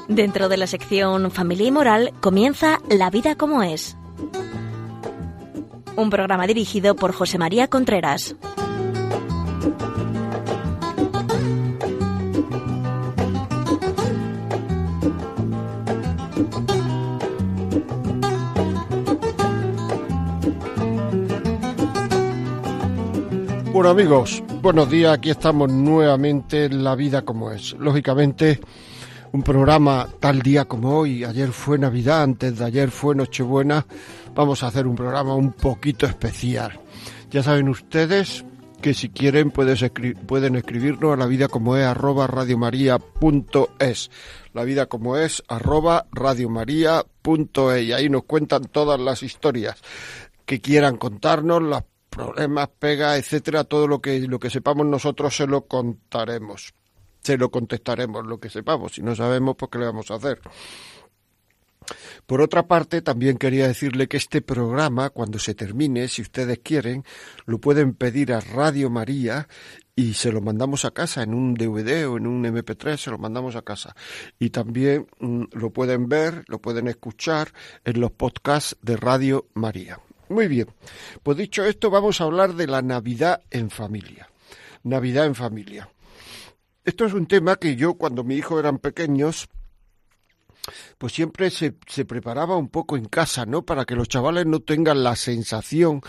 Dentro de la sección Familia y Moral comienza La vida como es. Un programa dirigido por José María Contreras. Bueno amigos, buenos días, aquí estamos nuevamente en La vida como es. Lógicamente, un programa tal día como hoy, ayer fue Navidad, antes de ayer fue Nochebuena, vamos a hacer un programa un poquito especial. Ya saben ustedes que si quieren pueden escribirnos a lavidacomoes@radiomaria.es, lavidacomoes@radiomaria.es, y ahí nos cuentan todas las historias que quieran contarnos, las problemas, pegas, etcétera, todo lo que sepamos nosotros se lo contaremos, se lo contestaremos, lo que sepamos. Si no sabemos, pues ¿qué le vamos a hacer? Por otra parte, también quería decirle que este programa, cuando se termine, si ustedes quieren, lo pueden pedir a Radio María y se lo mandamos a casa en un DVD o en un MP3, se lo mandamos a casa. Y también lo pueden ver, lo pueden escuchar en los podcasts de Radio María. Muy bien, pues dicho esto, vamos a hablar de la Navidad en familia. Navidad en familia. Esto es un tema que yo, cuando mis hijos eran pequeños, pues siempre se preparaba un poco en casa, ¿no? Para que los chavales no tengan la sensación,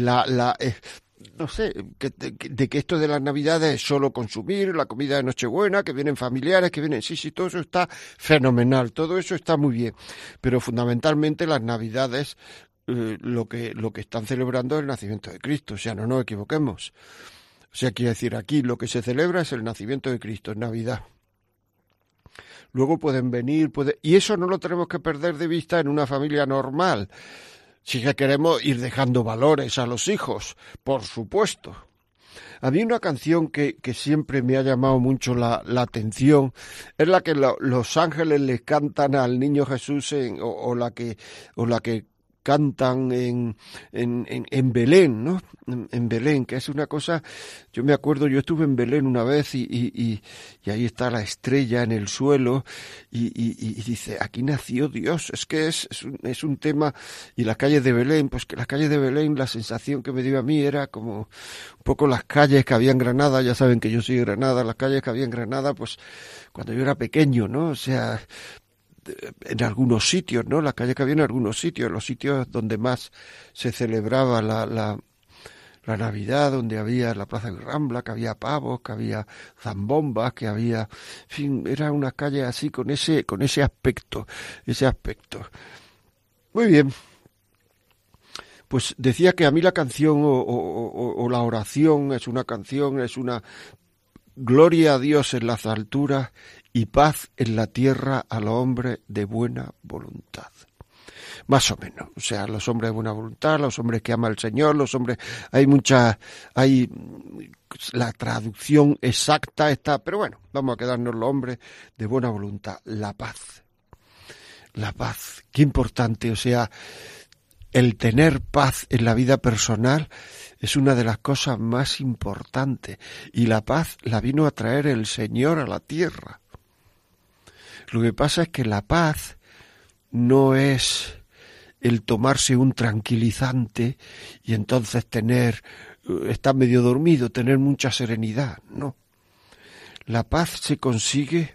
no sé, de que esto de las Navidades es solo consumir la comida de Nochebuena, que vienen familiares, que vienen... Sí, todo eso está fenomenal, todo eso está muy bien. Pero fundamentalmente las Navidades... lo que están celebrando es el nacimiento de Cristo, o sea, no nos equivoquemos. O sea, quiere decir, aquí lo que se celebra es el nacimiento de Cristo, en Navidad. Luego pueden venir, y eso no lo tenemos que perder de vista en una familia normal. Si que queremos ir dejando valores a los hijos, por supuesto. A mí una canción que siempre me ha llamado mucho la atención es la que los ángeles le cantan al niño Jesús, o la que cantan en Belén, ¿no? En Belén, que es una cosa, yo me acuerdo, yo estuve en Belén una vez y ahí está la estrella en el suelo y dice, aquí nació Dios. Es que es un tema, y las calles de Belén, pues que las calles de Belén, la sensación que me dio a mí era como un poco las calles que había en Granada, ya saben que yo soy de Granada, las calles que había en Granada, pues cuando yo era pequeño, ¿no? O sea, en algunos sitios, ¿no? La calle que había en algunos sitios, los sitios donde más se celebraba la Navidad, donde había la Plaza de Rambla, que había pavos, que había zambombas, que había, en fin, era una calle así con ese aspecto. Muy bien. Pues decía que a mí la canción o la oración es una gloria a Dios en las alturas y paz en la tierra a los hombres de buena voluntad. Más o menos, o sea, los hombres de buena voluntad, los hombres que aman al Señor, los hombres, la traducción exacta está, pero bueno, vamos a quedarnos los hombres de buena voluntad. La paz, qué importante, o sea, el tener paz en la vida personal es una de las cosas más importantes, y la paz la vino a traer el Señor a la tierra. Lo que pasa es que la paz no es el tomarse un tranquilizante y entonces estar medio dormido, tener mucha serenidad, no. La paz se consigue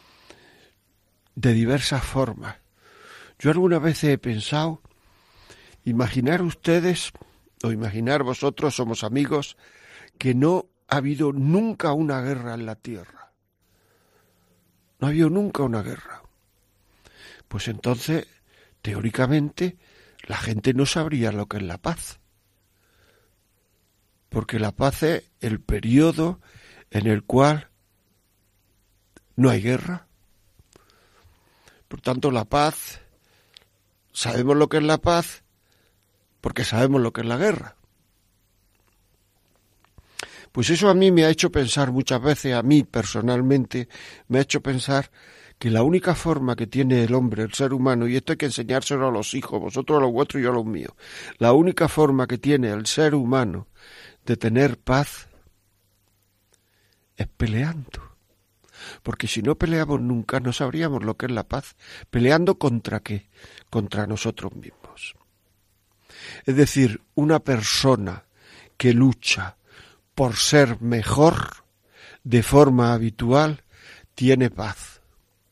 de diversas formas. Yo algunas veces he pensado, imaginar ustedes, o imaginar vosotros, somos amigos, que no ha habido nunca una guerra en la tierra. No ha habido nunca una guerra. Pues entonces, teóricamente, la gente no sabría lo que es la paz. Porque la paz es el periodo en el cual no hay guerra. Por tanto, la paz, sabemos lo que es la paz porque sabemos lo que es la guerra. Pues eso a mí me ha hecho pensar muchas veces, a mí personalmente, me ha hecho pensar que la única forma que tiene el hombre, el ser humano, y esto hay que enseñárselo a los hijos, vosotros a los vuestros y yo a los míos, la única forma que tiene el ser humano de tener paz es peleando. porque si no peleamos nunca no sabríamos lo que es la paz. ¿Peleando contra qué? Contra nosotros mismos. Es decir, una persona que lucha por ser mejor de forma habitual tiene paz.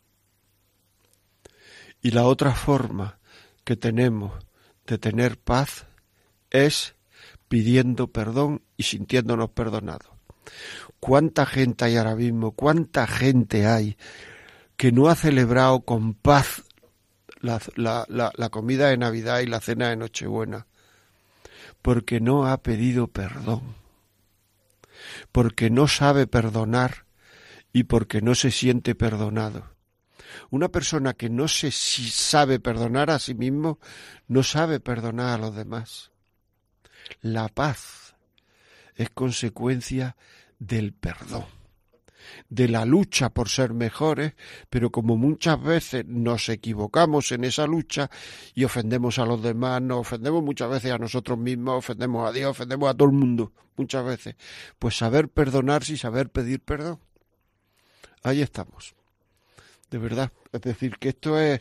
Y la otra forma que tenemos de tener paz es pidiendo perdón y sintiéndonos perdonados. ¿Cuánta gente hay ahora mismo? ¿Cuánta gente hay que no ha celebrado con paz la comida de Navidad y la cena de Nochebuena? Porque no ha pedido perdón, porque no sabe perdonar y porque no se siente perdonado. Una persona que no se sabe perdonar a sí mismo, no sabe perdonar a los demás. La paz es consecuencia del perdón, de la lucha por ser mejores, pero como muchas veces nos equivocamos en esa lucha y ofendemos a los demás, nos ofendemos muchas veces a nosotros mismos, ofendemos a Dios, ofendemos a todo el mundo, muchas veces, pues saber perdonarse y saber pedir perdón. Ahí estamos. De verdad, es decir, que esto es...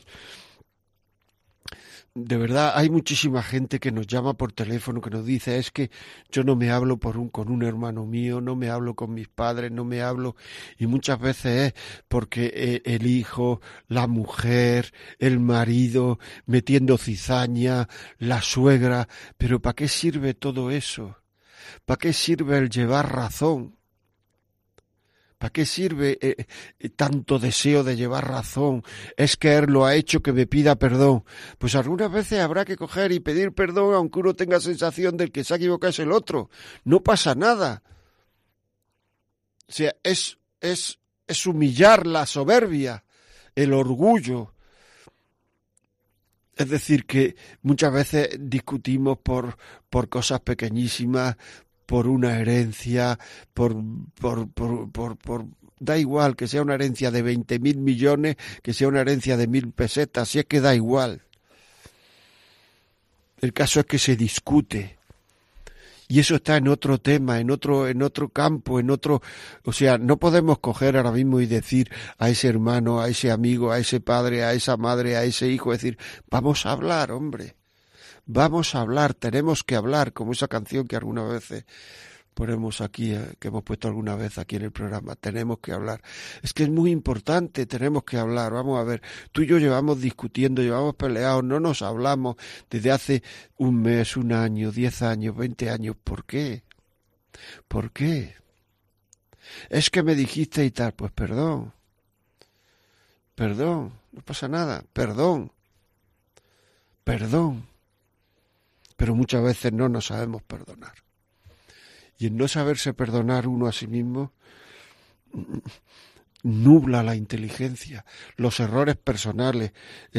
De verdad, hay muchísima gente que nos llama por teléfono, que nos dice, es que yo no me hablo con un hermano mío, no me hablo con mis padres, no me hablo... Y muchas veces es porque el hijo, la mujer, el marido, metiendo cizaña, la suegra... Pero ¿para qué sirve todo eso? ¿Para qué sirve el llevar razón? ¿Para qué sirve tanto deseo de llevar razón? Es que él lo ha hecho, que me pida perdón. Pues algunas veces habrá que coger y pedir perdón, aunque uno tenga sensación de que se ha equivocado es el otro. No pasa nada. O sea, es humillar la soberbia, el orgullo. Es decir, que muchas veces discutimos por cosas pequeñísimas, por una herencia, da igual que sea una herencia de 20.000 millones, que sea una herencia de 1.000 pesetas, si es que da igual. El caso es que se discute. Y eso está en otro tema, en otro campo, o sea, no podemos coger ahora mismo y decir a ese hermano, a ese amigo, a ese padre, a esa madre, a ese hijo, decir, vamos a hablar, hombre. Vamos a hablar, tenemos que hablar, como esa canción que algunas veces ponemos aquí, que hemos puesto alguna vez aquí en el programa, tenemos que hablar. Es que es muy importante, tenemos que hablar. Vamos a ver, tú y yo llevamos discutiendo, llevamos peleados, no nos hablamos desde hace un mes, un año, 10 años, 20 años. ¿Por qué? ¿Por qué? Es que me dijiste y tal, pues perdón, no pasa nada, perdón. Pero muchas veces no nos sabemos perdonar. Y en no saberse perdonar uno a sí mismo, nubla la inteligencia. Los errores personales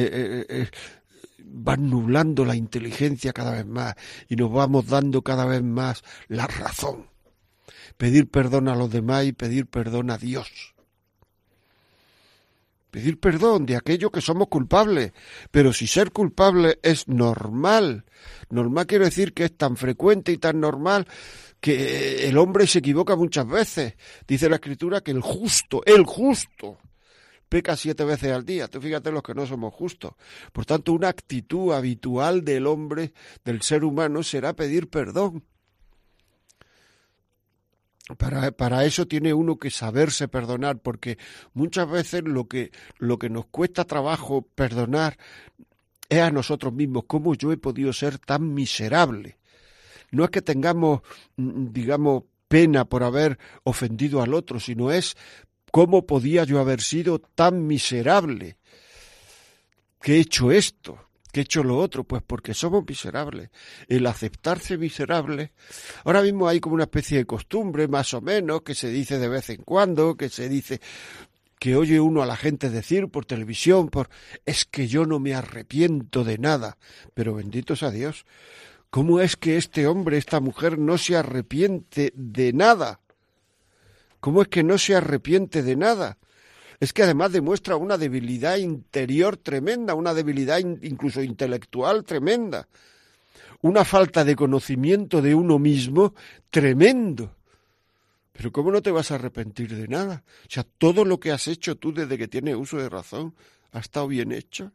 van nublando la inteligencia cada vez más y nos vamos dando cada vez más la razón. Pedir perdón a los demás y pedir perdón a Dios. Pedir perdón de aquello que somos culpables, pero si ser culpable es normal quiere decir que es tan frecuente y tan normal que el hombre se equivoca muchas veces. Dice la Escritura que el justo, peca 7 veces al día. Tú fíjate los que no somos justos. Por tanto, una actitud habitual del hombre, del ser humano, será pedir perdón. Para eso tiene uno que saberse perdonar, porque muchas veces lo que nos cuesta trabajo perdonar es a nosotros mismos. ¿Cómo yo he podido ser tan miserable? No es que tengamos, digamos, pena por haber ofendido al otro, sino es cómo podía yo haber sido tan miserable, que he hecho esto, que he hecho lo otro, pues porque somos miserables. El aceptarse miserable, ahora mismo hay como una especie de costumbre, más o menos, que se dice de vez en cuando, que se dice, que oye uno a la gente decir por televisión, es que yo no me arrepiento de nada, pero bendito sea Dios. ¿Cómo es que este hombre, esta mujer no se arrepiente de nada? ¿Cómo es que no se arrepiente de nada? Es que además demuestra una debilidad interior tremenda, una debilidad incluso intelectual tremenda, una falta de conocimiento de uno mismo tremendo. Pero ¿cómo no te vas a arrepentir de nada? O sea, todo lo que has hecho tú desde que tienes uso de razón ha estado bien hecho.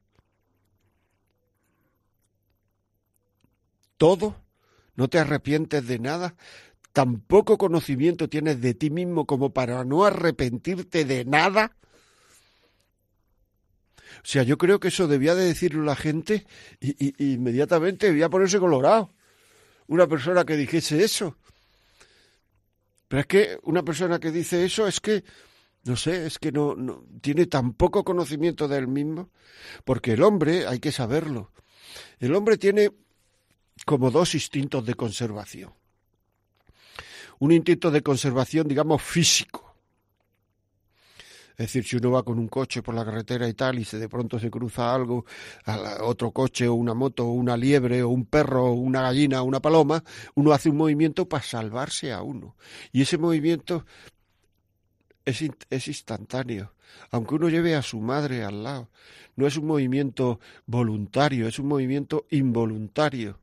Todo. No te arrepientes de nada. Tan poco conocimiento tienes de ti mismo como para no arrepentirte de nada. O sea, yo creo que eso debía de decirlo la gente y inmediatamente debía ponerse colorado. Una persona que dijese eso. Pero es que una persona que dice eso es que, no sé, es que no tiene tan poco conocimiento de él mismo. Porque el hombre, hay que saberlo, el hombre tiene como dos instintos de conservación. Un instinto de conservación, digamos, físico. Es decir, si uno va con un coche por la carretera y tal, y de pronto se cruza algo, otro coche o una moto o una liebre o un perro o una gallina o una paloma, uno hace un movimiento para salvarse a uno. Y ese movimiento es instantáneo, aunque uno lleve a su madre al lado. No es un movimiento voluntario, es un movimiento involuntario.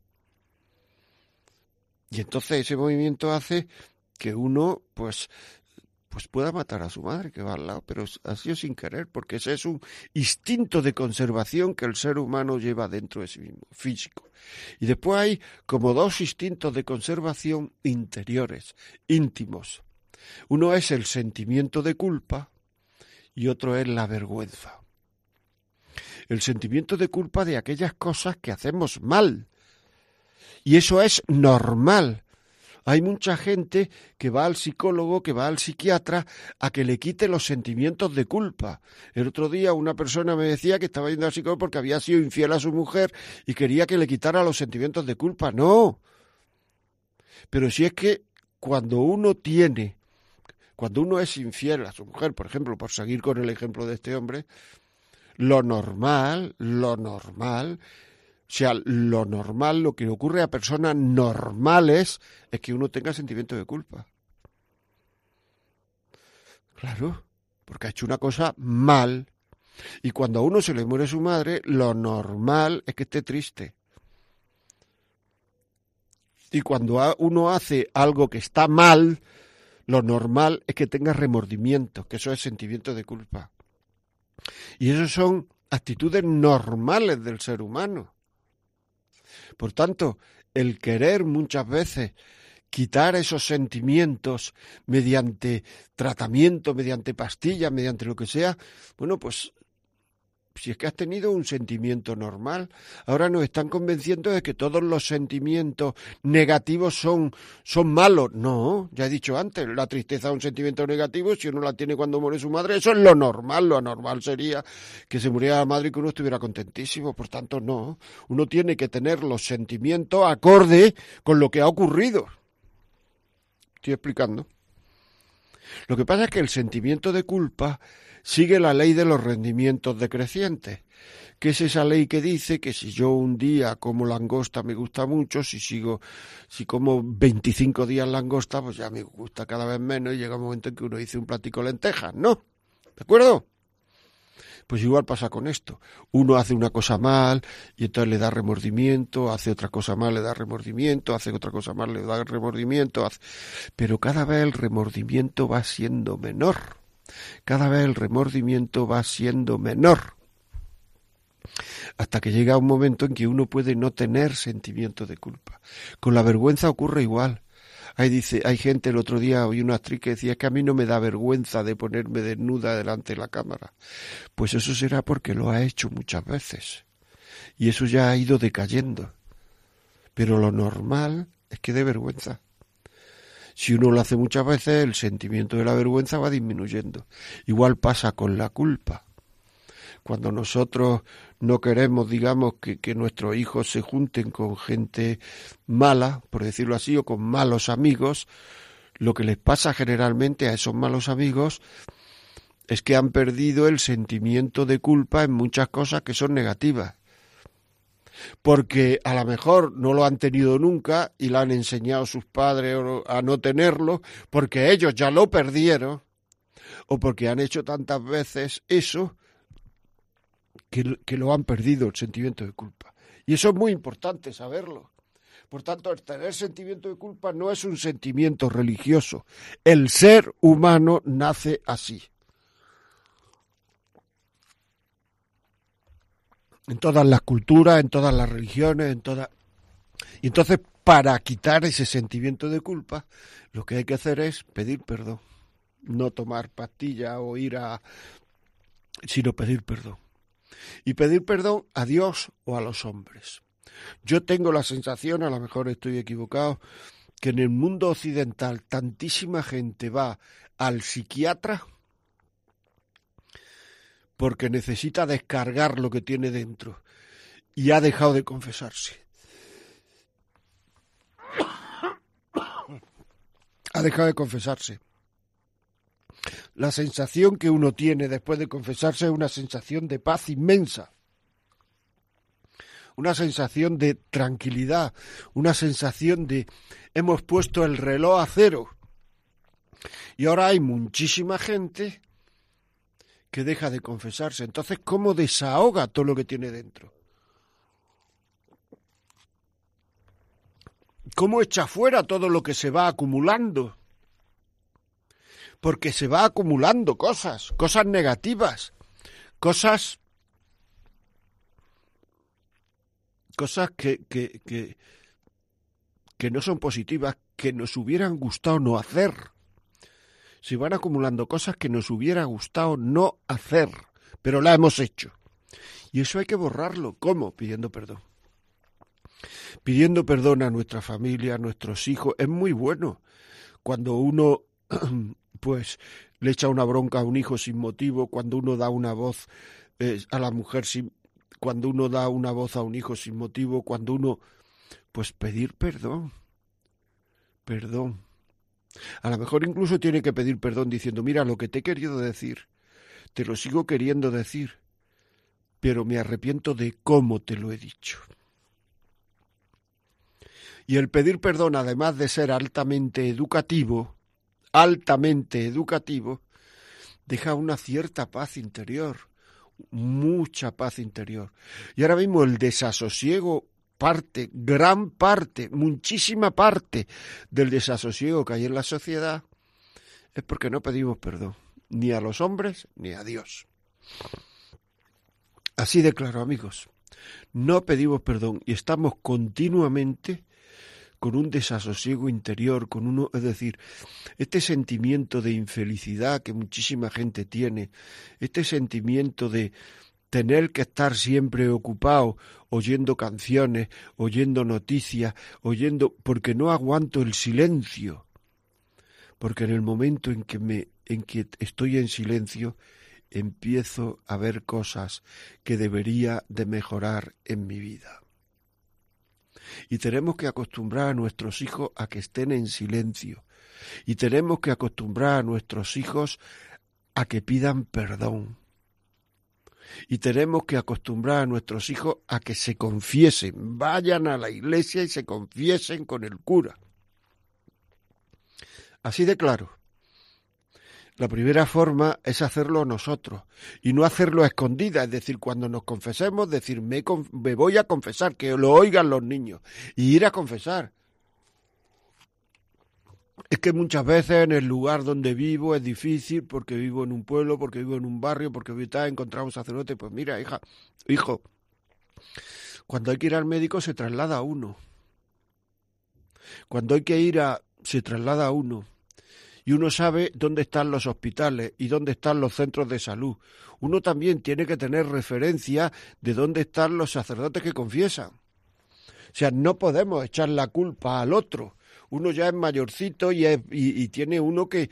Y entonces ese movimiento hace que uno, pues pueda matar a su madre que va al lado, pero ha sido sin querer, porque ese es un instinto de conservación que el ser humano lleva dentro de sí mismo, físico. Y después hay como dos instintos de conservación interiores, íntimos. Uno es el sentimiento de culpa y otro es la vergüenza. El sentimiento de culpa de aquellas cosas que hacemos mal. Y eso es normal. Hay mucha gente que va al psicólogo, que va al psiquiatra, a que le quite los sentimientos de culpa. El otro día una persona me decía que estaba yendo al psicólogo porque había sido infiel a su mujer y quería que le quitara los sentimientos de culpa. No. Pero si es que cuando uno es infiel a su mujer, por ejemplo, por seguir con el ejemplo de este hombre, lo normal, o sea, lo normal, lo que ocurre a personas normales es que uno tenga sentimiento de culpa. Claro, porque ha hecho una cosa mal. Y cuando a uno se le muere su madre, lo normal es que esté triste. Y cuando uno hace algo que está mal, lo normal es que tenga remordimiento, que eso es sentimiento de culpa. Y eso son actitudes normales del ser humano. Por tanto, el querer muchas veces quitar esos sentimientos mediante tratamiento, mediante pastillas, mediante lo que sea, bueno, pues si es que has tenido un sentimiento normal, ahora nos están convenciendo de que todos los sentimientos negativos son malos. No, ya he dicho antes, la tristeza es un sentimiento negativo, si uno la tiene cuando muere su madre, eso es lo anormal sería que se muriera la madre y que uno estuviera contentísimo, por tanto no, uno tiene que tener los sentimientos acorde con lo que ha ocurrido. Estoy explicando. Lo que pasa es que el sentimiento de culpa sigue la ley de los rendimientos decrecientes, que es esa ley que dice que si yo un día como langosta me gusta mucho, si como 25 días langosta, pues ya me gusta cada vez menos y llega un momento en que uno dice un platico de lentejas, ¿no? ¿De acuerdo? Pues igual pasa con esto. Uno hace una cosa mal y entonces le da remordimiento, hace otra cosa mal, le da remordimiento, hace otra cosa mal, le da remordimiento, pero cada vez el remordimiento va siendo menor. Cada vez el remordimiento va siendo menor. Hasta que llega un momento en que uno puede no tener sentimiento de culpa. Con la vergüenza ocurre igual. Hay gente, el otro día oí una actriz que decía que a mí no me da vergüenza de ponerme desnuda delante de la cámara. Pues eso será porque lo ha hecho muchas veces. Y eso ya ha ido decayendo. Pero lo normal es que dé vergüenza. Si uno lo hace muchas veces, el sentimiento de la vergüenza va disminuyendo. Igual pasa con la culpa. Cuando nosotros no queremos, digamos, que nuestros hijos se junten con gente mala, por decirlo así, o con malos amigos, lo que les pasa generalmente a esos malos amigos es que han perdido el sentimiento de culpa en muchas cosas que son negativas. Porque a lo mejor no lo han tenido nunca y le han enseñado sus padres a no tenerlo, porque ellos ya lo perdieron, o porque han hecho tantas veces eso que lo han perdido, el sentimiento de culpa. Y eso es muy importante saberlo, Por tanto, el tener sentimiento de culpa no es un sentimiento religioso. El ser humano nace así. En todas las culturas, en todas las religiones, Y entonces, para quitar ese sentimiento de culpa, lo que hay que hacer es pedir perdón. No tomar pastillas o sino pedir perdón. Y pedir perdón a Dios o a los hombres. Yo tengo la sensación, a lo mejor estoy equivocado, que en el mundo occidental tantísima gente va al psiquiatra porque necesita descargar lo que tiene dentro y ha dejado de confesarse. Ha dejado de confesarse. La sensación que uno tiene después de confesarse es una sensación de paz inmensa. Una sensación de tranquilidad, una sensación de hemos puesto el reloj a cero. Y ahora hay muchísima gente que deja de confesarse. Entonces, ¿cómo desahoga todo lo que tiene dentro? ¿Cómo echa fuera todo lo que se va acumulando? Porque se va acumulando cosas negativas, cosas que no son positivas, que nos hubieran gustado no hacer. Se van acumulando cosas que nos hubiera gustado no hacer, pero la hemos hecho. Y eso hay que borrarlo. ¿Cómo? Pidiendo perdón. Pidiendo perdón a nuestra familia, a nuestros hijos. Es muy bueno cuando uno pues le echa una bronca a un hijo sin motivo, cuando uno da una voz a la mujer cuando uno da una voz a un hijo sin motivo, cuando uno pues pedir perdón. Perdón. A lo mejor incluso tiene que pedir perdón diciendo, mira, lo que te he querido decir, te lo sigo queriendo decir, pero me arrepiento de cómo te lo he dicho. Y el pedir perdón, además de ser altamente educativo, deja una cierta paz interior, mucha paz interior. Y ahora mismo el desasosiego, gran parte, muchísima parte del desasosiego que hay en la sociedad es porque no pedimos perdón, ni a los hombres ni a Dios. Así de claro, amigos, no pedimos perdón y estamos continuamente con un desasosiego interior, es decir, este sentimiento de infelicidad que muchísima gente tiene, este sentimiento de tener que estar siempre ocupado oyendo canciones, oyendo noticias, porque no aguanto el silencio, porque en el momento en que estoy en silencio empiezo a ver cosas que debería de mejorar en mi vida. Y tenemos que acostumbrar a nuestros hijos a que estén en silencio. Y tenemos que acostumbrar a nuestros hijos a que pidan perdón. Y tenemos que acostumbrar a nuestros hijos a que se confiesen, vayan a la iglesia y se confiesen con el cura. Así de claro. La primera forma es hacerlo nosotros y no hacerlo a escondidas, es decir, cuando nos confesemos, decir, me voy a confesar, que lo oigan los niños, y ir a confesar. Es que muchas veces en el lugar donde vivo es difícil, porque vivo en un pueblo, porque vivo en un barrio, porque encontrar un sacerdote. Pues mira, hijo, cuando hay que ir al médico se traslada uno. Cuando hay que se traslada uno. Y uno sabe dónde están los hospitales y dónde están los centros de salud. Uno también tiene que tener referencia de dónde están los sacerdotes que confiesan. O sea, no podemos echar la culpa al otro. Uno ya es mayorcito y tiene uno que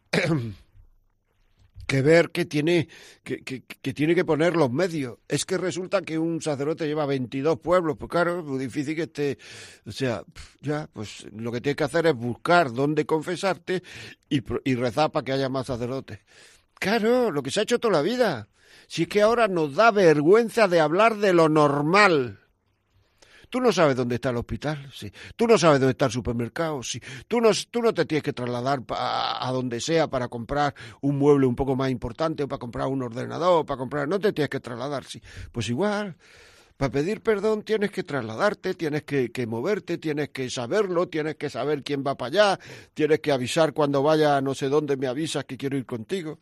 ver que tiene que poner los medios. Es que resulta que un sacerdote lleva 22 pueblos, pues claro, es muy difícil que esté, o sea, ya, pues lo que tienes que hacer es buscar dónde confesarte y rezar para que haya más sacerdotes. Claro, lo que se ha hecho toda la vida. Si es que ahora nos da vergüenza de hablar de lo normal. Tú no sabes dónde está el hospital, sí. Tú no sabes dónde está el supermercado, sí. Tú no te tienes que trasladar a donde sea para comprar un mueble un poco más importante, o para comprar un ordenador, no te tienes que trasladar, sí. Pues igual, Para pedir perdón tienes que trasladarte, tienes que moverte, tienes que saberlo, tienes que saber quién va para allá, tienes que avisar cuando vaya a no sé dónde, me avisas que quiero ir contigo.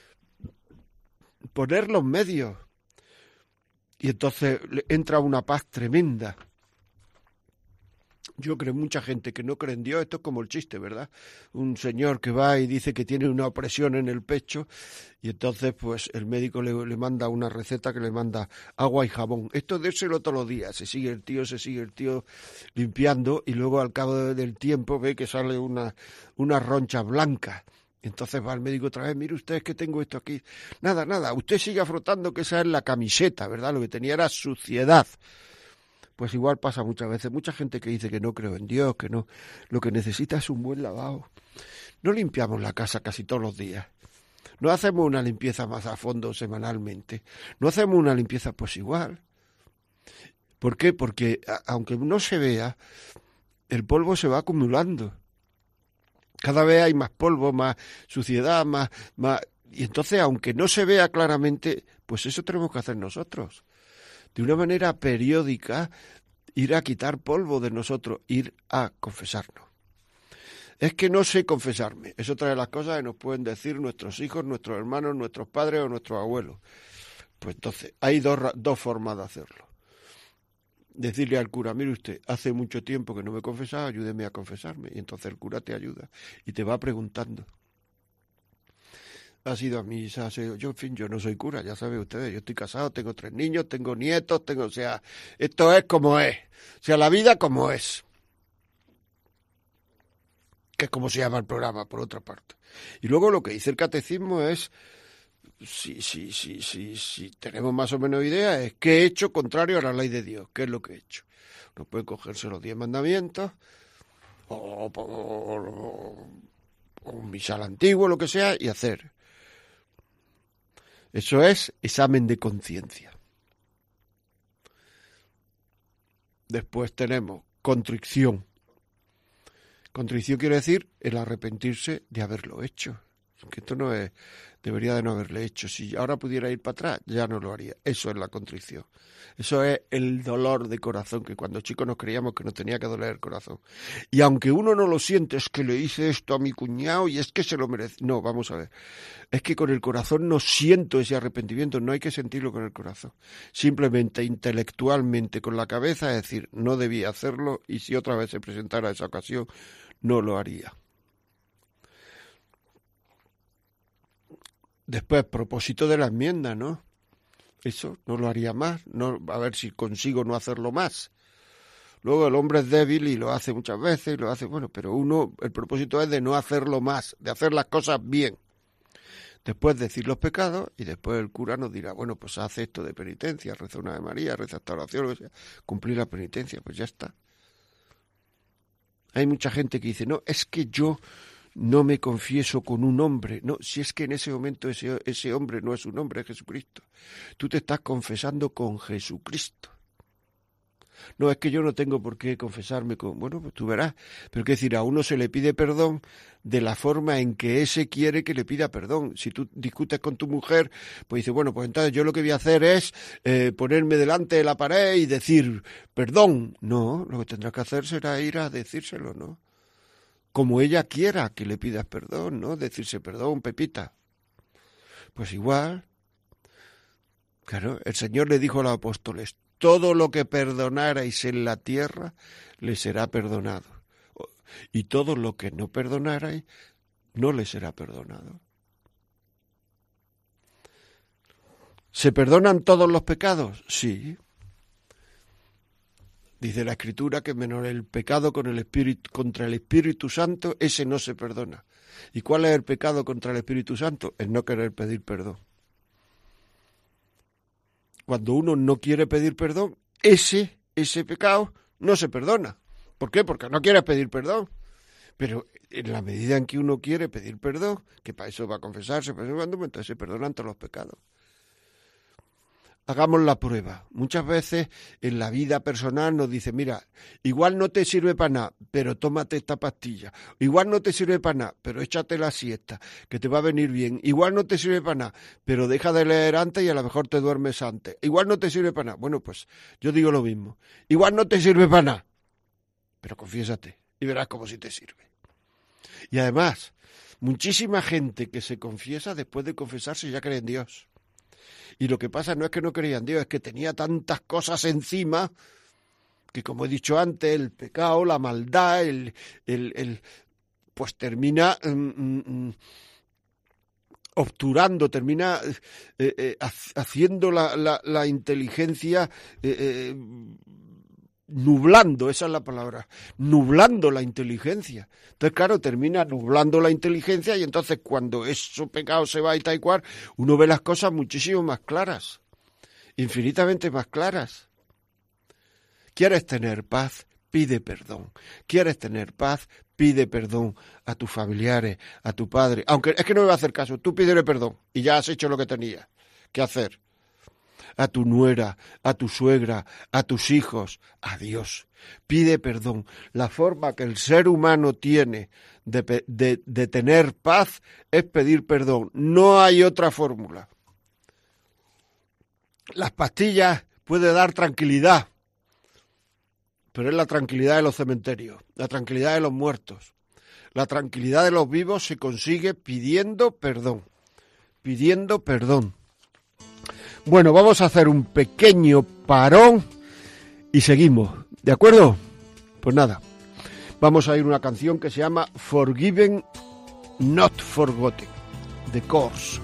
Poner los medios. Y entonces entra una paz tremenda. Yo creo mucha gente que no cree en Dios, esto es como el chiste, ¿verdad? Un señor que va y dice que tiene una opresión en el pecho y entonces pues el médico le manda una receta que le manda agua y jabón. Esto es dérselo todos los días, se sigue el tío limpiando y luego al cabo del tiempo ve que sale una roncha blanca. Entonces va el médico otra vez, mire usted, es que tengo esto aquí. Nada, usted siga frotando que esa es la camiseta, ¿verdad? Lo que tenía era suciedad. Pues igual pasa muchas veces. Mucha gente que dice que no creo en Dios, que no, lo que necesita es un buen lavado. No limpiamos la casa casi todos los días. No hacemos una limpieza más a fondo semanalmente. No hacemos una limpieza pues igual. ¿Por qué? Porque aunque no se vea, el polvo se va acumulando. Cada vez hay más polvo, más suciedad, más... Y entonces, aunque no se vea claramente, pues eso tenemos que hacer nosotros. De una manera periódica, ir a quitar polvo de nosotros, ir a confesarnos. Es que no sé confesarme. Es otra de las cosas que nos pueden decir nuestros hijos, nuestros hermanos, nuestros padres o nuestros abuelos. Pues entonces, hay dos formas de hacerlo. Decirle al cura, mire usted, hace mucho tiempo que no me he confesado, ayúdeme a confesarme. Y entonces el cura te ayuda y te va preguntando. ¿Has ido a misa? Yo, en fin, yo no soy cura, ya saben ustedes, yo estoy casado, tengo 3 niños, tengo nietos, o sea, esto es como es. O sea, la vida como es. Que es como se llama el programa, por otra parte. Y luego lo que dice el catecismo es, si tenemos más o menos idea, es qué he hecho contrario a la ley de Dios, qué es lo que he hecho. No pueden cogerse los 10 mandamientos, o un misal antiguo, lo que sea, y hacer. Eso es examen de conciencia. Después tenemos contrición. Contrición quiere decir el arrepentirse de haberlo hecho. Que esto no es, debería de no haberle hecho. Si ahora pudiera ir para atrás, ya no lo haría. Eso es la contrición. Eso es el dolor de corazón, que cuando chicos nos creíamos que nos tenía que doler el corazón. Y aunque uno no lo siente, es que le hice esto a mi cuñado y es que se lo merece. No, vamos a ver. Es que con el corazón no siento ese arrepentimiento, no hay que sentirlo con el corazón. Simplemente intelectualmente con la cabeza, es decir, no debía hacerlo y si otra vez se presentara esa ocasión, no lo haría. Después, propósito de la enmienda, ¿no? Eso, no lo haría más, no, a ver si consigo no hacerlo más. Luego el hombre es débil y lo hace muchas veces, y lo hace, bueno, pero el propósito es de no hacerlo más, de hacer las cosas bien. Después decir los pecados y después el cura nos dirá, bueno, pues hace esto de penitencia, reza una Ave María, reza esta oración, lo que sea, cumplir la penitencia, pues ya está. Hay mucha gente que dice, no, es que yo no me confieso con un hombre. No, si es que en ese momento ese hombre no es un hombre, es Jesucristo. Tú te estás confesando con Jesucristo. No, es que yo no tengo por qué confesarme con... Bueno, pues tú verás. Pero qué decir, a uno se le pide perdón de la forma en que ese quiere que le pida perdón. Si tú discutes con tu mujer, pues dices, bueno, pues entonces yo lo que voy a hacer es ponerme delante de la pared y decir perdón. No, lo que tendrás que hacer será ir a decírselo, ¿no? Como ella quiera que le pidas perdón, ¿no? Decirse perdón, Pepita. Pues igual. Claro, el Señor le dijo a los apóstoles, todo lo que perdonarais en la tierra, le será perdonado. Y todo lo que no perdonarais, no le será perdonado. ¿Se perdonan todos los pecados? Sí. Dice la Escritura que menos el pecado contra el Espíritu Santo, ese no se perdona. ¿Y cuál es el pecado contra el Espíritu Santo? El no querer pedir perdón. Cuando uno no quiere pedir perdón, ese pecado no se perdona. ¿Por qué? Porque no quiere pedir perdón. Pero en la medida en que uno quiere pedir perdón, que para eso va a confesarse, entonces se perdonan todos los pecados. hagamos la prueba. Muchas veces en la vida personal nos dice, mira, igual no te sirve para nada, pero tómate esta pastilla. Igual no te sirve para nada, pero échate la siesta, que te va a venir bien. Igual no te sirve para nada, pero deja de leer antes y a lo mejor te duermes antes. Igual no te sirve para nada. Bueno, pues yo digo lo mismo. Igual no te sirve para nada, pero confiésate y verás cómo sí te sirve. Y además, muchísima gente que se confiesa después de confesarse ya cree en Dios. Y lo que pasa no es que no creía en Dios, es que tenía tantas cosas encima que, como he dicho antes, el pecado, la maldad, pues termina obturando, termina haciendo la inteligencia, nublando, esa es la palabra, nublando la inteligencia. Entonces, claro, termina nublando la inteligencia y entonces cuando ese pecado se va y tal y cual, uno ve las cosas muchísimo más claras, infinitamente más claras. ¿Quieres tener paz? Pide perdón. ¿Quieres tener paz? Pide perdón a tus familiares, a tu padre. Aunque es que no me va a hacer caso, tú pídele perdón y ya has hecho lo que tenías que hacer. A tu nuera, a tu suegra, a tus hijos, a Dios. Pide perdón. La forma que el ser humano tiene de tener paz es pedir perdón. No hay otra fórmula. Las pastillas pueden dar tranquilidad, pero es la tranquilidad de los cementerios, la tranquilidad de los muertos. La tranquilidad de los vivos se consigue pidiendo perdón. Pidiendo perdón. Bueno, vamos a hacer un pequeño parón y seguimos, ¿de acuerdo? Pues nada, vamos a ir a una canción que se llama Forgiven, Not Forgotten, de Course.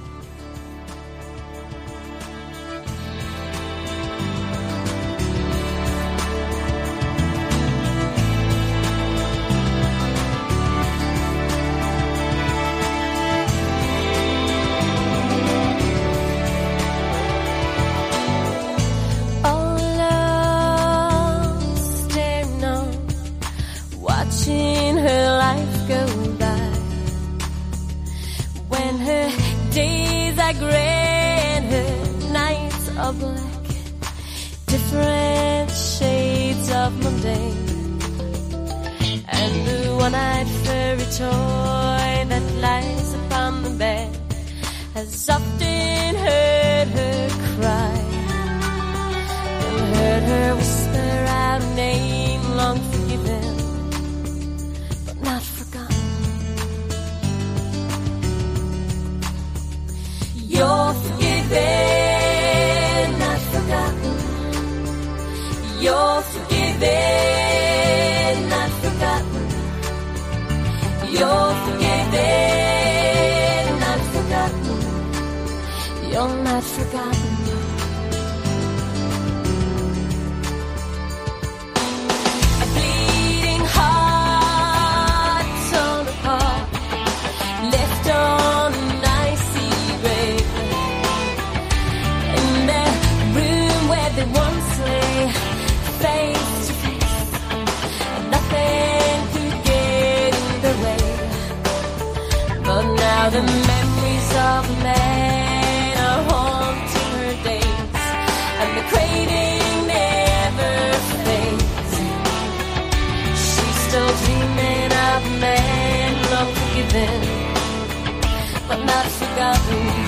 The memories of men are haunting her days, and the craving never fades. She's still dreaming of men long forgiven, but not forgotten.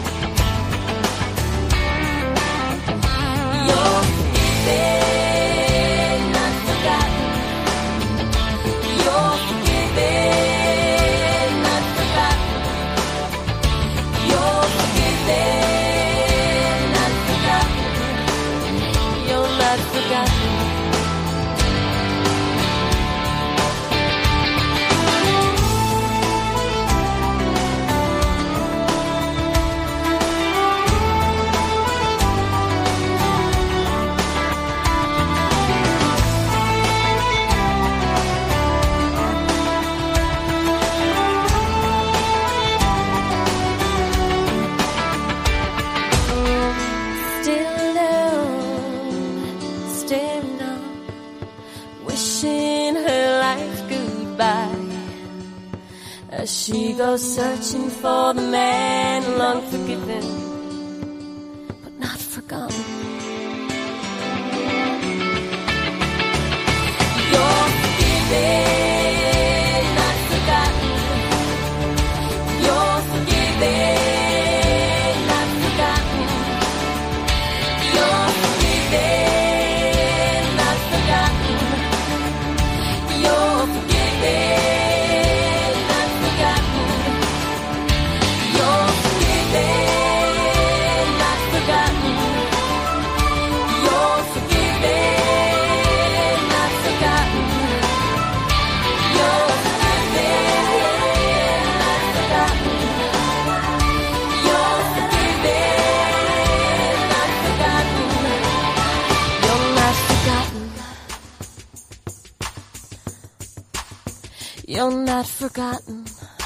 You're forgiven, not forgotten. You're forgiven. She goes searching for the man long forgiven, but not forgotten. you're not forgotten.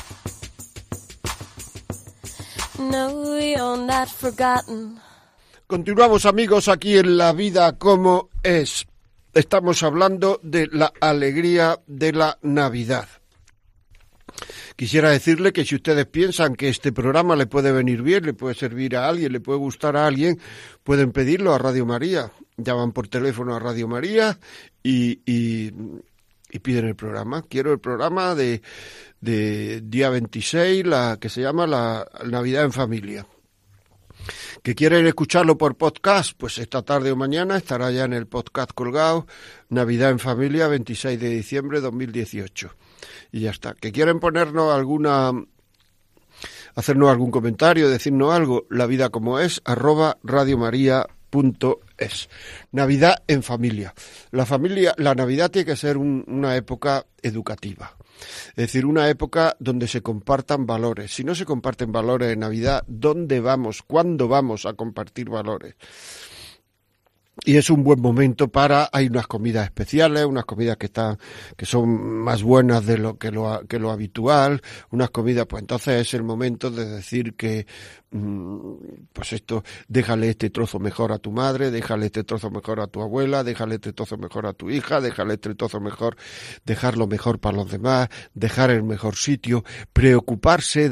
No, you're not forgotten. Continuamos, amigos, aquí en La Vida Como Es. Estamos hablando de la alegría de la Navidad. Quisiera decirle que si ustedes piensan que este programa le puede venir bien, le puede servir a alguien, le puede gustar a alguien, pueden pedirlo a Radio María. Llaman por teléfono a Radio María y piden el programa. Quiero el programa de día 26, que se llama la Navidad en Familia. ¿Que quieren escucharlo por podcast? Pues esta tarde o mañana estará ya en el podcast colgado, Navidad en Familia, 26 de diciembre de 2018. Y ya está. ¿Que quieren ponernos hacernos algún comentario, decirnos algo? La vida como es, @radiomaria.es. Navidad en familia. La Navidad tiene que ser una época educativa. Es decir, una época donde se compartan valores. Si no se comparten valores en Navidad, ¿dónde vamos? ¿Cuándo vamos a compartir valores? Y es un buen momento hay unas comidas especiales, unas comidas que son más buenas de lo que lo habitual, unas comidas, pues entonces es el momento de decir que, pues esto, déjale este trozo mejor a tu madre, déjale este trozo mejor a tu abuela, déjale este trozo mejor a tu hija, déjale este trozo mejor, dejarlo mejor para los demás, dejar el mejor sitio, preocuparse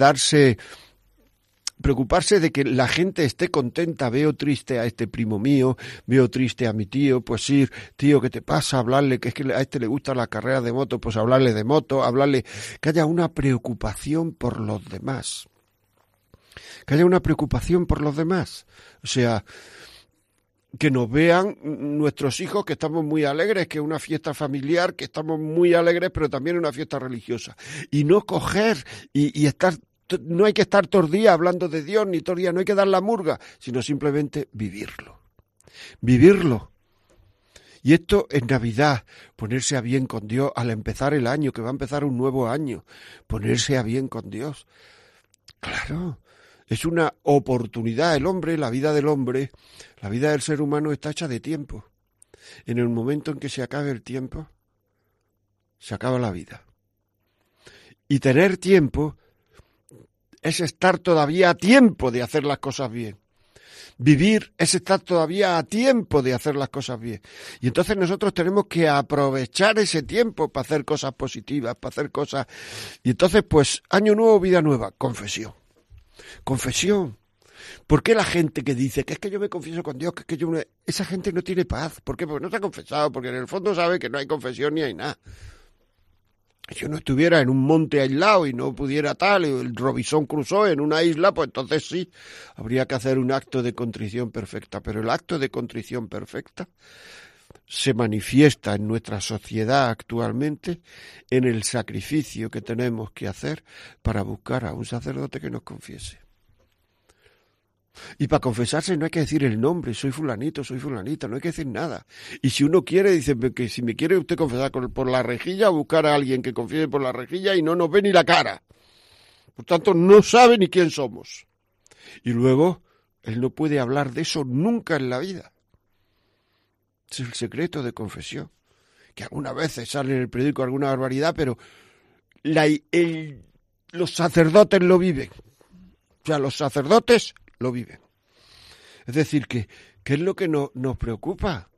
de que la gente esté contenta. Veo triste a este primo mío, veo triste a mi tío, pues ir, tío, ¿qué te pasa? Hablarle, que es que a este le gusta la carrera de moto, pues hablarle de moto, que haya una preocupación por los demás. Que haya una preocupación por los demás. O sea, que nos vean nuestros hijos que estamos muy alegres, que es una fiesta familiar, que estamos muy alegres, pero también una fiesta religiosa. Y no coger y estar. No hay que estar todos los días hablando de Dios, ni todos los días, no hay que dar la murga, sino simplemente vivirlo. Vivirlo. Y esto es Navidad, ponerse a bien con Dios al empezar el año, que va a empezar un nuevo año, ponerse a bien con Dios. Claro, es una oportunidad. El hombre, la vida del hombre, la vida del ser humano está hecha de tiempo. En el momento en que se acabe el tiempo, se acaba la vida. Y tener tiempo es estar todavía a tiempo de hacer las cosas bien. Vivir es estar todavía a tiempo de hacer las cosas bien. Y entonces nosotros tenemos que aprovechar ese tiempo para hacer cosas positivas, para hacer cosas. Y entonces, pues, año nuevo, vida nueva, confesión. Confesión. ¿Por qué la gente que dice que es que yo me confieso con Dios, que es que esa gente no tiene paz? ¿Por qué? Porque no se ha confesado, porque en el fondo sabe que no hay confesión ni hay nada. Si uno estuviera en un monte aislado y no pudiera el Robinson Crusoe en una isla, pues entonces sí, habría que hacer un acto de contrición perfecta. Pero el acto de contrición perfecta se manifiesta en nuestra sociedad actualmente en el sacrificio que tenemos que hacer para buscar a un sacerdote que nos confiese. Y para confesarse no hay que decir el nombre, soy fulanito, soy fulanita, no hay que decir nada. Y si uno quiere, dice que si me quiere usted confesar por la rejilla, buscar a alguien que confiese por la rejilla y no nos ve ni la cara. Por tanto, no sabe ni quién somos. Y luego, él no puede hablar de eso nunca en la vida. Ese es el secreto de confesión. Que algunas veces sale en el periódico alguna barbaridad, pero los sacerdotes lo viven. O sea, los sacerdotes lo viven. Es decir, ¿qué es lo que nos preocupa?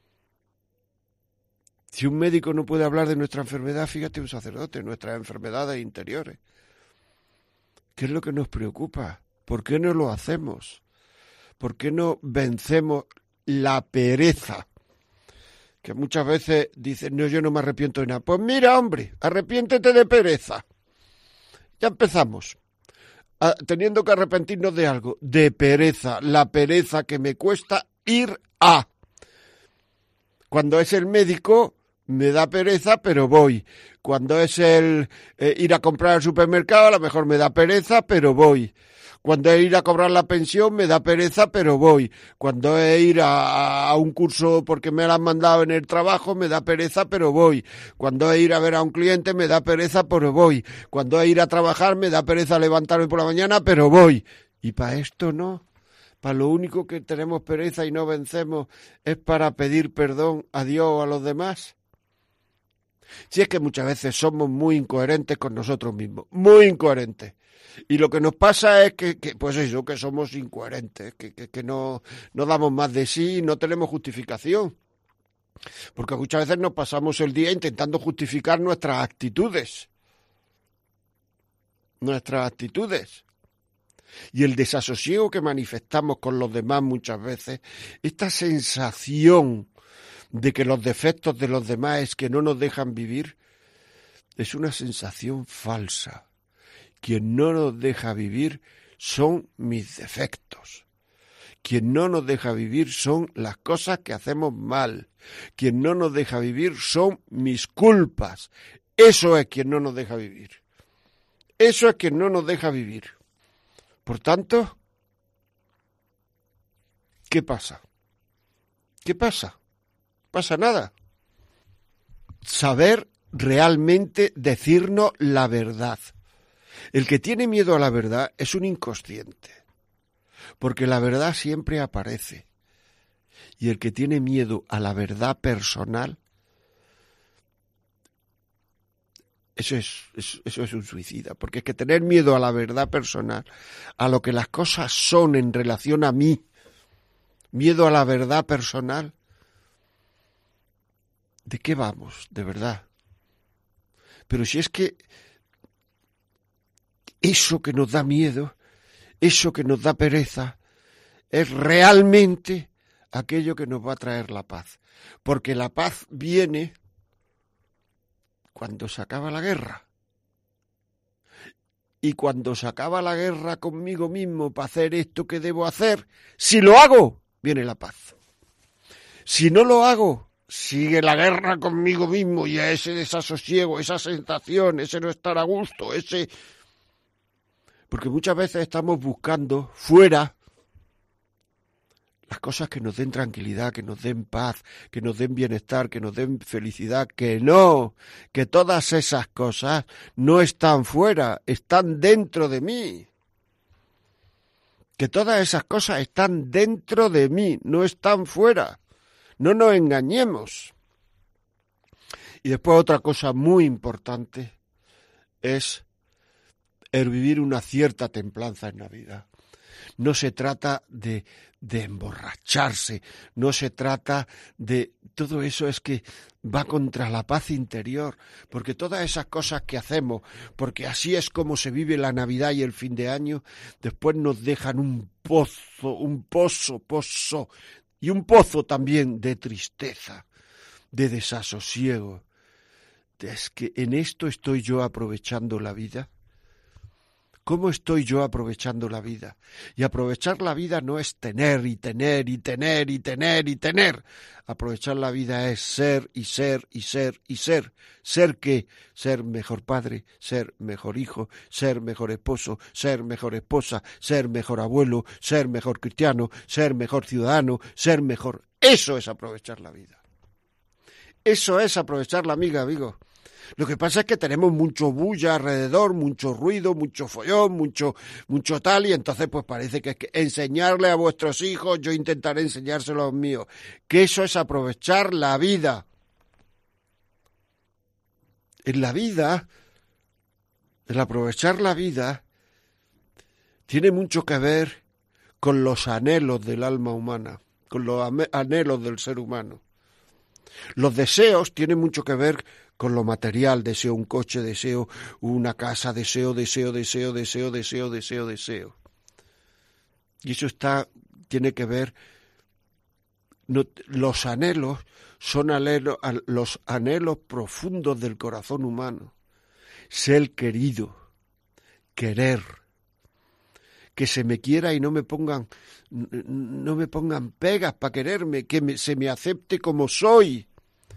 Si un médico no puede hablar de nuestra enfermedad, fíjate un sacerdote, nuestras enfermedades interiores. ¿Qué es lo que nos preocupa? ¿Por qué no lo hacemos? ¿Por qué no vencemos la pereza? Que muchas veces dicen, no, yo no me arrepiento de nada. Pues mira, hombre, arrepiéntete de pereza. Ya empezamos. Teniendo que arrepentirnos de algo, de pereza, la pereza que me cuesta ir a. Cuando es el médico, me da pereza, pero voy. Cuando es el ir a comprar al supermercado, a lo mejor me da pereza, pero voy. Cuando es ir a cobrar la pensión, me da pereza, pero voy. Cuando es ir a un curso porque me lo han mandado en el trabajo, me da pereza, pero voy. Cuando es ir a ver a un cliente, me da pereza, pero voy. Cuando es ir a trabajar, me da pereza levantarme por la mañana, pero voy. Y para esto no. Para lo único que tenemos pereza y no vencemos es para pedir perdón a Dios o a los demás. Si es que muchas veces somos muy incoherentes con nosotros mismos, muy incoherentes. Y lo que nos pasa es que pues eso, que somos incoherentes, que no damos más de sí, no tenemos justificación. Porque muchas veces nos pasamos el día intentando justificar nuestras actitudes. Y el desasosiego que manifestamos con los demás muchas veces, esta sensación de que los defectos de los demás es que no nos dejan vivir, es una sensación falsa. Quien no nos deja vivir son mis defectos. Quien no nos deja vivir son las cosas que hacemos mal. Quien no nos deja vivir son mis culpas. Eso es quien no nos deja vivir. Eso es quien no nos deja vivir. Por tanto, ¿qué pasa? ¿Qué pasa? Pasa nada. Saber realmente decirnos la verdad. El que tiene miedo a la verdad es un inconsciente, porque la verdad siempre aparece. Y el que tiene miedo a la verdad personal, eso es un suicida, porque es que tener miedo a la verdad personal, a lo que las cosas son en relación a mí, miedo a la verdad personal, ¿de qué vamos, de verdad? Pero si es que eso que nos da miedo, eso que nos da pereza, es realmente aquello que nos va a traer la paz. Porque la paz viene cuando se acaba la guerra. Y cuando se acaba la guerra conmigo mismo para hacer esto que debo hacer, si lo hago, viene la paz. Si no lo hago, sigue la guerra conmigo mismo y a ese desasosiego, esa sensación, ese no estar a gusto, ese... Porque muchas veces estamos buscando fuera las cosas que nos den tranquilidad, que nos den paz, que nos den bienestar, que nos den felicidad, que no, que todas esas cosas no están fuera, están dentro de mí. Que todas esas cosas están dentro de mí, no están fuera. No nos engañemos. Y después otra cosa muy importante es el vivir una cierta templanza en la vida. No se trata de emborracharse, no se trata de... Todo eso es que va contra la paz interior, porque todas esas cosas que hacemos, porque así es como se vive la Navidad y el fin de año, después nos dejan un pozo y un pozo también de tristeza, de desasosiego. Es que en esto estoy yo aprovechando la vida. ¿Cómo estoy yo aprovechando la vida? Y aprovechar la vida no es tener y tener y tener y tener y tener. Aprovechar la vida es ser y ser y ser y ser. ¿Ser qué? Ser mejor padre, ser mejor hijo, ser mejor esposo, ser mejor esposa, ser mejor abuelo, ser mejor cristiano, ser mejor ciudadano, ser mejor... Eso es aprovechar la vida. Eso es aprovechar la vida, amigo. Lo que pasa es que tenemos mucho bulla alrededor, mucho ruido, mucho follón, mucho tal, y entonces pues parece que es que enseñarle a vuestros hijos, yo intentaré enseñárselo a los míos, que eso es aprovechar la vida. En la vida, el aprovechar la vida, tiene mucho que ver con los anhelos del alma humana, con los anhelos del ser humano. Los deseos tienen mucho que ver con lo material, deseo un coche, deseo una casa, deseo. Y eso tiene que ver, los anhelos son los anhelos profundos del corazón humano. Ser querido, querer, que se me quiera y no me pongan pegas para quererme, que se me acepte como soy.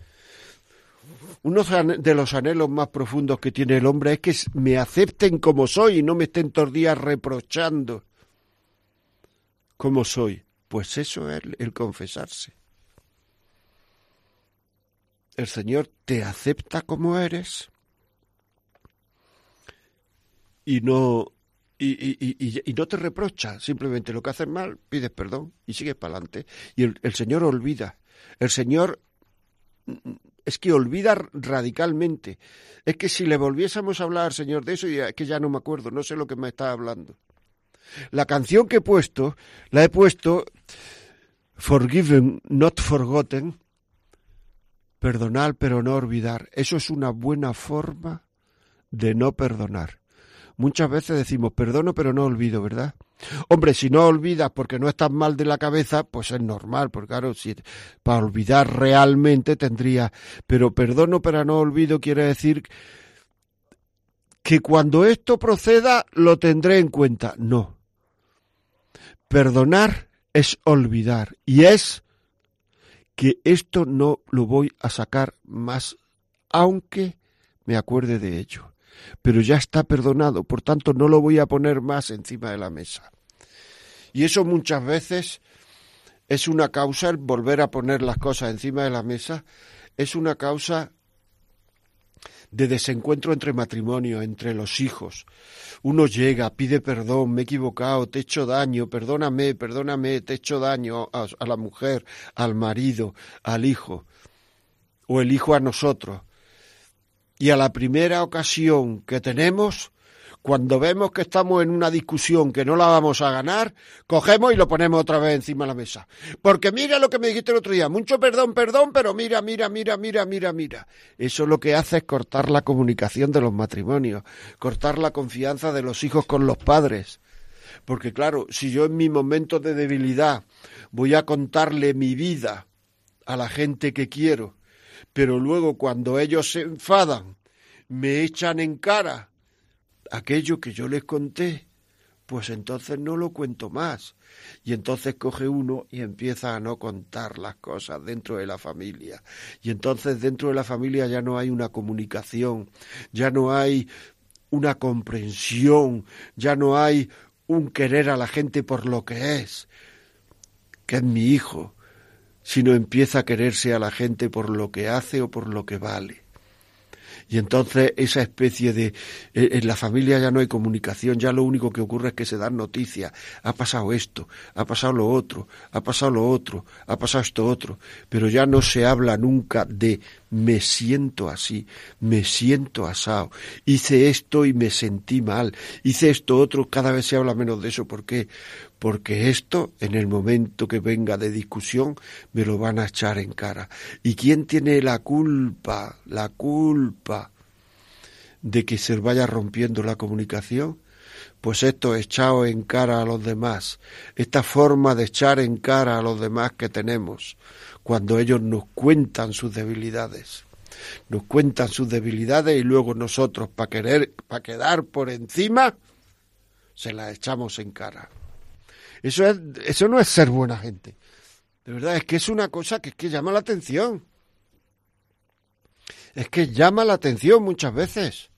Uno de los anhelos más profundos que tiene el hombre es que me acepten como soy y no me estén todos los días reprochando como soy. Pues eso es el confesarse. El Señor te acepta como eres y no te reprocha. Simplemente lo que haces mal, pides perdón y sigues para adelante. Y el Señor olvida. El Señor es que olvida radicalmente. Es que si le volviésemos a hablar, señor, de eso, es que ya no me acuerdo, no sé lo que me está hablando. La canción que he puesto, la he puesto Forgiven, Not Forgotten, perdonar pero no olvidar. Eso es una buena forma de no perdonar. Muchas veces decimos perdono pero no olvido, ¿verdad? Hombre, si no olvidas porque no estás mal de la cabeza, pues es normal, porque claro, si para olvidar realmente tendría, pero perdono pero no olvido quiere decir que cuando esto proceda lo tendré en cuenta. No. Perdonar es olvidar y es que esto no lo voy a sacar más, aunque me acuerde de ello. Pero ya está perdonado, por tanto no lo voy a poner más encima de la mesa. Y eso muchas veces es una causa, el volver a poner las cosas encima de la mesa, es una causa de desencuentro entre matrimonios, entre los hijos. Uno llega, pide perdón, me he equivocado, te he hecho daño, perdóname, te he hecho daño a la mujer, al marido, al hijo, o el hijo a nosotros. Y a la primera ocasión que tenemos, cuando vemos que estamos en una discusión que no la vamos a ganar, cogemos y lo ponemos otra vez encima de la mesa. Porque mira lo que me dijiste el otro día, mucho perdón, pero mira. Eso lo que hace es cortar la comunicación de los matrimonios, cortar la confianza de los hijos con los padres. Porque claro, si yo en mi momento de debilidad voy a contarle mi vida a la gente que quiero, pero luego cuando ellos se enfadan, me echan en cara aquello que yo les conté, pues entonces no lo cuento más. Y entonces coge uno y empieza a no contar las cosas dentro de la familia. Y entonces dentro de la familia ya no hay una comunicación, ya no hay una comprensión, ya no hay un querer a la gente por lo que es mi hijo, sino empieza a quererse a la gente por lo que hace o por lo que vale. Y entonces esa especie de... en la familia ya no hay comunicación, ya lo único que ocurre es que se dan noticias. Ha pasado esto, ha pasado lo otro, ha pasado lo otro, ha pasado esto otro. Pero ya no se habla nunca de me siento así, me siento asado. Hice esto y me sentí mal. Hice esto otro, cada vez se habla menos de eso. ¿Por qué? Porque esto, en el momento que venga de discusión, me lo van a echar en cara. ¿Y quién tiene la culpa? La culpa de que se vaya rompiendo la comunicación. Pues esto echado en cara a los demás, esta forma de echar en cara a los demás que tenemos, cuando ellos nos cuentan sus debilidades. Nos cuentan sus debilidades y luego nosotros, para quedar por encima, se las echamos en cara. Eso no es ser buena gente. De verdad, es que es una cosa que llama la atención. Es que llama la atención muchas veces.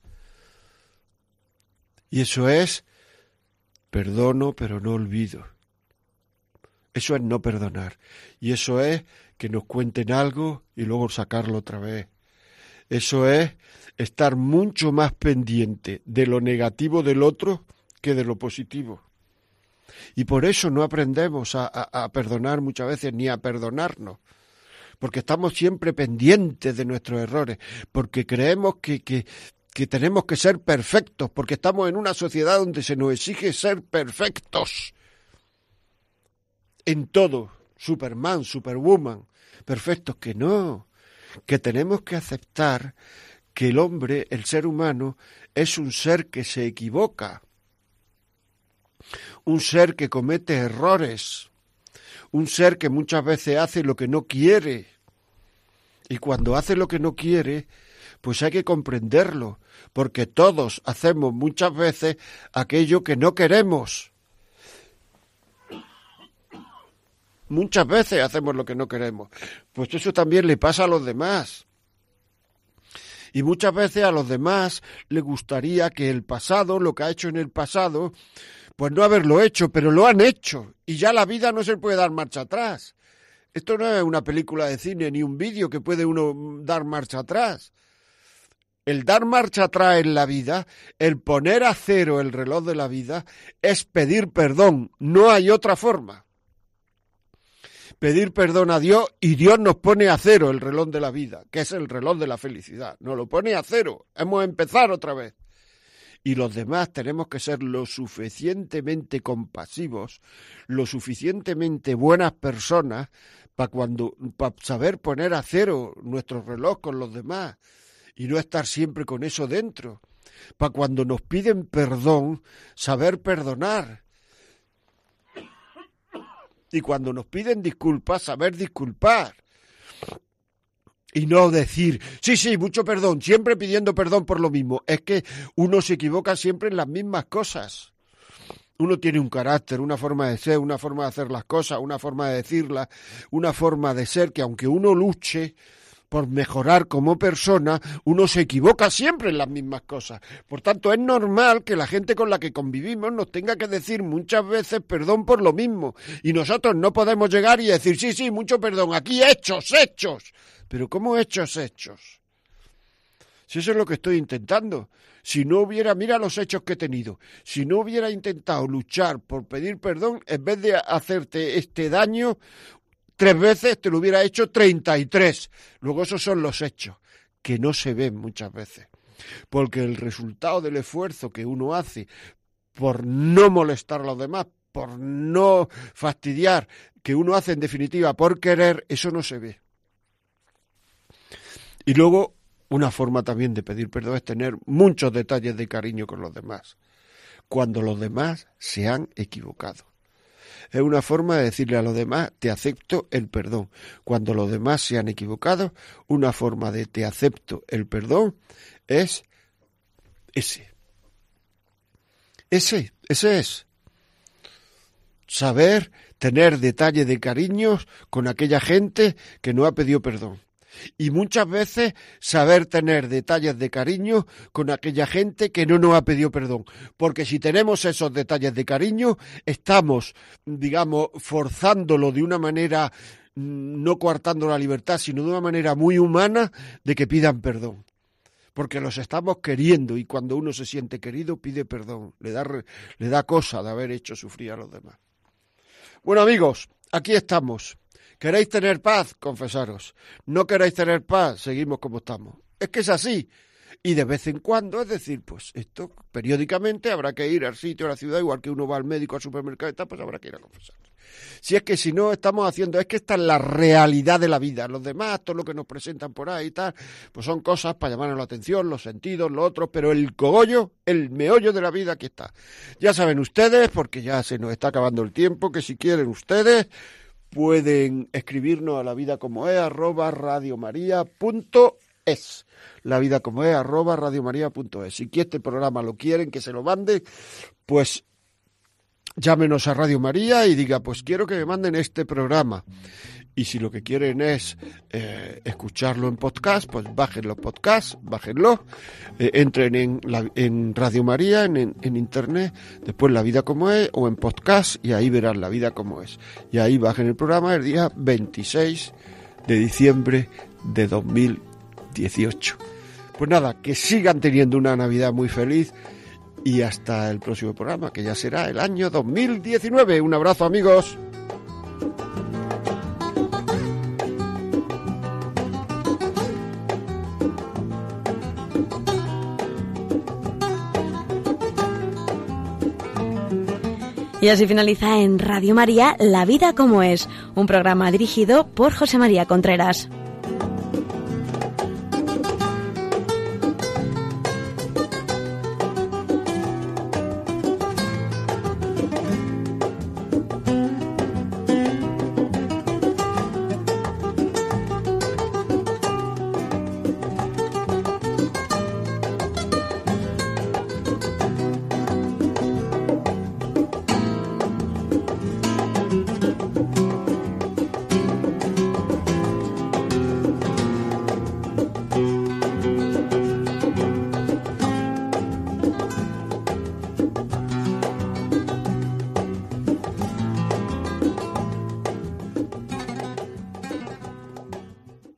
Y eso es perdono pero no olvido. Eso es no perdonar. Y eso es que nos cuenten algo y luego sacarlo otra vez. Eso es estar mucho más pendiente de lo negativo del otro que de lo positivo. Y por eso no aprendemos a perdonar muchas veces ni a perdonarnos. Porque estamos siempre pendientes de nuestros errores. Porque creemos que tenemos que ser perfectos. Porque estamos en una sociedad donde se nos exige ser perfectos. En todo. Superman, Superwoman. Perfectos que no. Que tenemos que aceptar que el hombre, el ser humano, es un ser que se equivoca. Un ser que comete errores, un ser que muchas veces hace lo que no quiere. Y cuando hace lo que no quiere, pues hay que comprenderlo, porque todos hacemos muchas veces aquello que no queremos. Muchas veces hacemos lo que no queremos. Pues eso también le pasa a los demás. Y muchas veces a los demás les gustaría que el pasado, lo que ha hecho en el pasado, pues no haberlo hecho, pero lo han hecho. Y ya la vida no se puede dar marcha atrás. Esto no es una película de cine ni un vídeo que puede uno dar marcha atrás. El dar marcha atrás en la vida, el poner a cero el reloj de la vida, es pedir perdón. No hay otra forma. pedir perdón a Dios y Dios nos pone a cero el reloj de la vida, que es el reloj de la felicidad. Nos lo pone a cero. Hemos empezado otra vez. Y los demás tenemos que ser lo suficientemente compasivos, lo suficientemente buenas personas para saber poner a cero nuestro reloj con los demás y no estar siempre con eso dentro. Para cuando nos piden perdón, saber perdonar. Y cuando nos piden disculpas, saber disculpar. Y no decir, sí, mucho perdón, siempre pidiendo perdón por lo mismo. Es que uno se equivoca siempre en las mismas cosas. Uno tiene un carácter, una forma de ser, una forma de hacer las cosas, una forma de decirlas, una forma de ser que aunque uno luche por mejorar como persona, uno se equivoca siempre en las mismas cosas. Por tanto, es normal que la gente con la que convivimos nos tenga que decir muchas veces perdón por lo mismo. Y nosotros no podemos llegar y decir, sí, mucho perdón, aquí hechos. Pero ¿cómo hechos? Si eso es lo que estoy intentando. Si no hubiera, mira los hechos que he tenido, si no hubiera intentado luchar por pedir perdón, en vez de hacerte este daño 3 veces, te lo hubiera hecho 33. Luego esos son los hechos, que no se ven muchas veces. Porque el resultado del esfuerzo que uno hace por no molestar a los demás, por no fastidiar, que uno hace en definitiva por querer, eso no se ve. Y luego, una forma también de pedir perdón es tener muchos detalles de cariño con los demás, cuando los demás se han equivocado. Es una forma de decirle a los demás, te acepto el perdón. Cuando los demás se han equivocado, una forma de te acepto el perdón es ese es. Saber tener detalles de cariños con aquella gente que no ha pedido perdón. Y muchas veces saber tener detalles de cariño con aquella gente que no nos ha pedido perdón. Porque si tenemos esos detalles de cariño, estamos, forzándolo de una manera, no coartando la libertad, sino de una manera muy humana de que pidan perdón. Porque los estamos queriendo y cuando uno se siente querido pide perdón. Le da cosa de haber hecho sufrir a los demás. Bueno, amigos, aquí estamos. ¿Queréis tener paz? Confesaros. ¿No queréis tener paz? Seguimos como estamos. Es que es así. Y de vez en cuando, es decir, pues esto periódicamente habrá que ir al sitio, a la ciudad, igual que uno va al médico, al supermercado y tal, pues habrá que ir a confesar. Si es que si no estamos haciendo, es que esta es la realidad de la vida. Los demás, todo lo que nos presentan por ahí y tal, pues son cosas para llamarnos la atención, los sentidos, los otros, pero el cogollo, el meollo de la vida, aquí está. Ya saben ustedes, porque ya se nos está acabando el tiempo, que si quieren ustedes pueden escribirnos a lavidacomoes@radiomaria.es. lavidacomoes@radiomaria.es. Si este programa lo quieren que se lo mande, pues llámenos a Radio María y diga, pues quiero que me manden este programa. Y si lo que quieren es escucharlo en podcast, pues bajen los podcasts, bájenlo, entren en Radio María, en internet, después La Vida Como Es, o en podcast, y ahí verán La Vida Como Es. Y ahí bajen el programa el día 26 de diciembre de 2018. Pues nada, que sigan teniendo una Navidad muy feliz y hasta el próximo programa, que ya será el año 2019. Un abrazo, amigos. Y así finaliza en Radio María La Vida Como Es, un programa dirigido por José María Contreras.